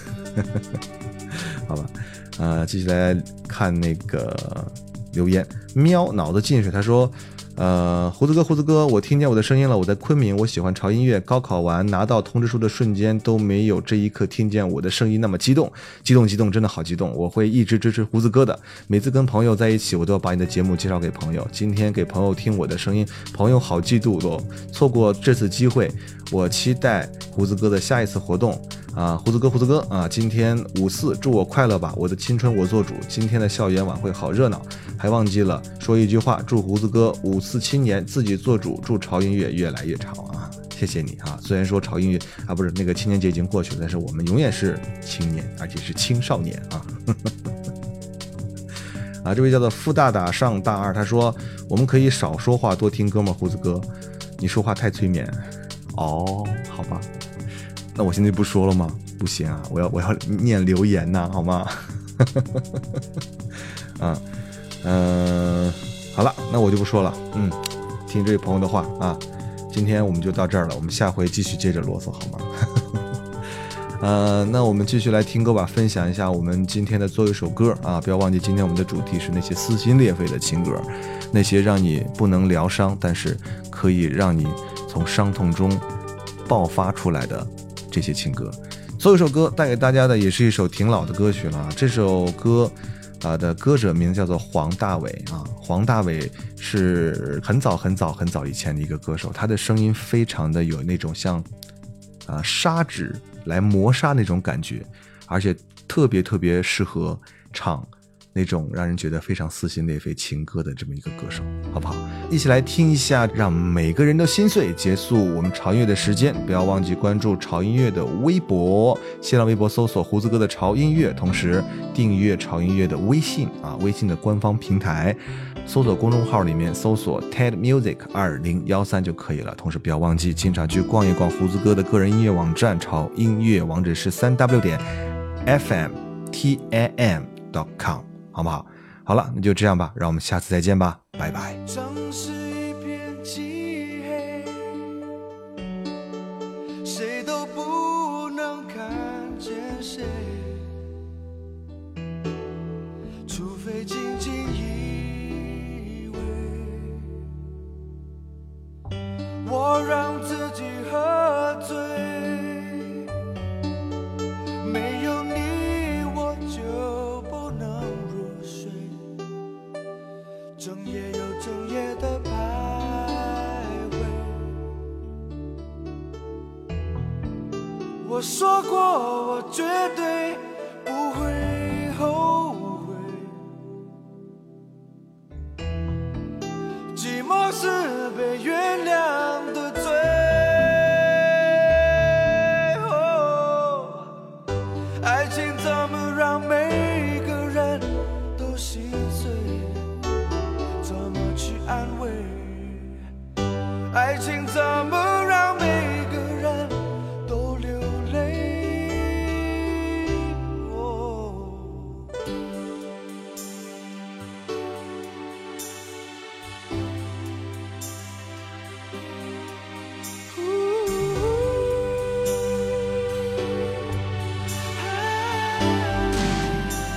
好吧，呃，接下来看那个留言，喵脑子进水，他说呃，胡子哥胡子哥，我听见我的声音了，我在昆明，我喜欢潮音乐，高考完拿到通知书的瞬间都没有这一刻听见我的声音那么激动，激动激动，真的好激动，我会一直支持胡子哥的，每次跟朋友在一起我都要把你的节目介绍给朋友，今天给朋友听我的声音，朋友好嫉妒咯，错过这次机会，我期待胡子哥的下一次活动啊，胡子哥胡子哥啊，今天五四祝我快乐吧，我的青春我做主，今天的校园晚会好热闹，还忘记了说一句话，祝胡子哥五四青年自己做主，祝潮音乐越来越潮啊！谢谢你啊！虽然说潮音乐啊不是那个青年节已经过去了，但是我们永远是青年，而且是青少年啊！啊，这位叫做付大大上大二，他说我们可以少说话多听歌吗？胡子哥，你说话太催眠哦，好吧。那我现在不说了吗？不行啊，我要我要念留言呐、啊，好吗？啊，嗯、呃，好了，那我就不说了。嗯，听这位朋友的话啊，今天我们就到这儿了，我们下回继续接着啰嗦，好吗？呃，那我们继续来听歌吧，分享一下我们今天的最后一首歌啊！不要忘记，今天我们的主题是那些撕心裂肺的情歌，那些让你不能疗伤，但是可以让你从伤痛中爆发出来的这些情歌。最后一首歌带给大家的也是一首挺老的歌曲了，这首歌啊、呃、的歌者名叫做黄大炜啊。黄大炜是很早很早很早以前的一个歌手，他的声音非常的有那种像啊、呃、砂纸来磨砂那种感觉，而且特别特别适合唱那种让人觉得非常撕心裂肺情歌的这么一个歌手，好不好？一起来听一下，让每个人都心碎，结束我们潮音乐的时间。不要忘记关注潮音乐的微博，新浪微博搜索胡子哥的潮音乐，同时订阅潮音乐的微信啊，微信的官方平台，搜索公众号里面搜索 Ted Music 二零一三就可以了。同时不要忘记经常去逛一逛胡子哥的个人音乐网站，潮音乐网址是 三 w 点 f m t a m 点 com。好不好？好了，那就这样吧，让我们下次再见吧，拜拜。 城市一片漆黑，谁都不能看见谁，除非紧紧依偎。我让自己喝醉，没有你我就不能整夜又整夜的徘徊，我说过我绝对不会后悔，寂寞是被原谅的罪。哦，爱情怎么让每个人都心碎？怎么去安慰？爱情怎么让每个人都流泪？哦，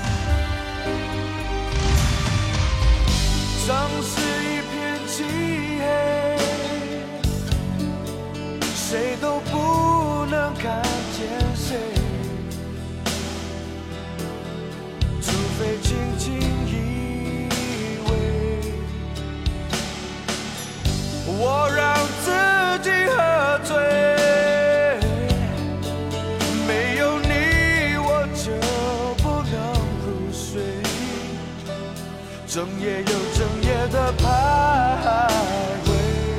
城市一片漆轻轻依偎，我让自己喝醉，没有你我就不能入睡，整夜又整夜的徘徊。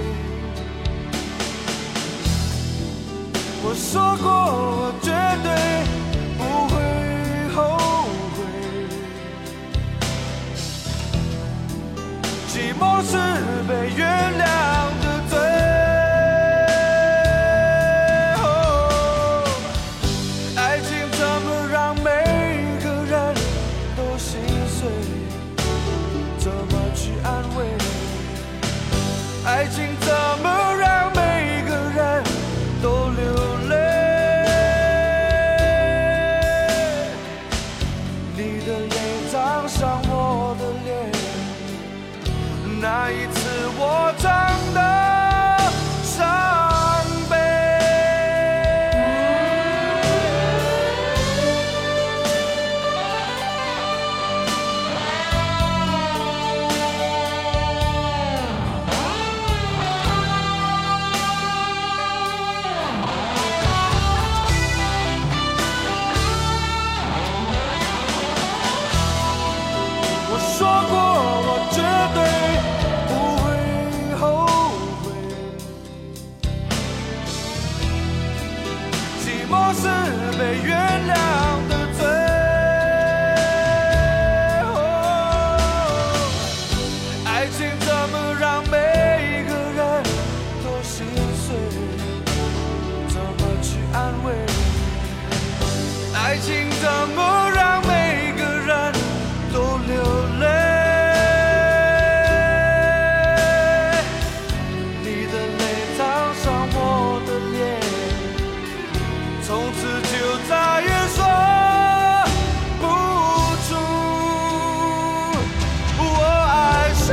我说过我绝对不会后悔，寂寞是被原谅的罪。哦，爱情怎么让每个人都心碎？怎么去安慰？爱情怎么让每个人都流泪？你的泪脏上我的脸，那一次我真的伤悲。我说过我绝对不会后悔，寂寞是被原谅的罪。哦，爱情怎么让每个人都心碎？怎么去安慰？爱情怎么让每个人都流泪？你的泪烫上我的脸，从此就再也说不出我爱谁。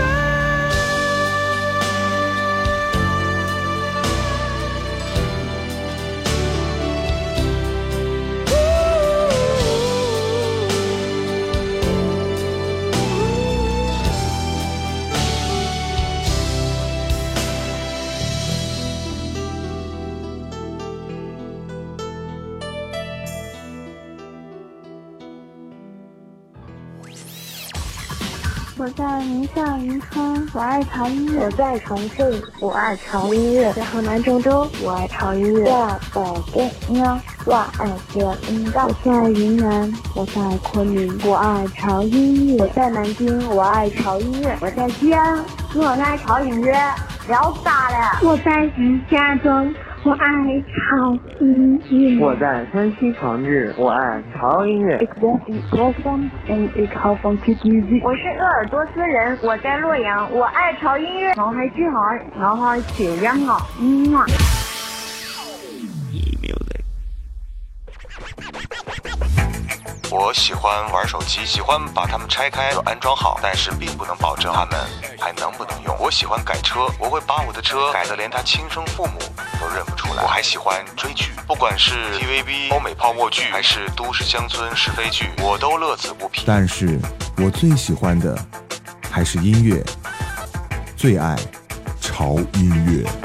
我在宁夏银川，我爱潮音乐； 我在重庆，我爱潮音乐； 在河南郑州，我爱潮音乐； 在北京，我爱潮音乐； 我在云南，我在昆明，我爱潮音乐； 我在南京，我爱潮音乐； 我在西安，我爱潮音乐。聊啥了？ 我在石家庄，我爱潮音乐。 我在山西长治，我爱潮音乐。 我是鄂尔多斯人，我在洛阳，我爱潮音乐。 上海珠海，上海咸阳啊，嗯啊。 我喜欢玩手机，喜欢把它们拆开又安装好，但是并不能保证它们还能不能用。我喜欢改车，我会把我的车改得连他亲生父母都认不出来。我还喜欢追剧，不管是 T V B、欧美泡沫剧，还是都市乡村是非剧，我都乐此不疲。 但是我最喜欢的还是音乐，最爱潮音乐。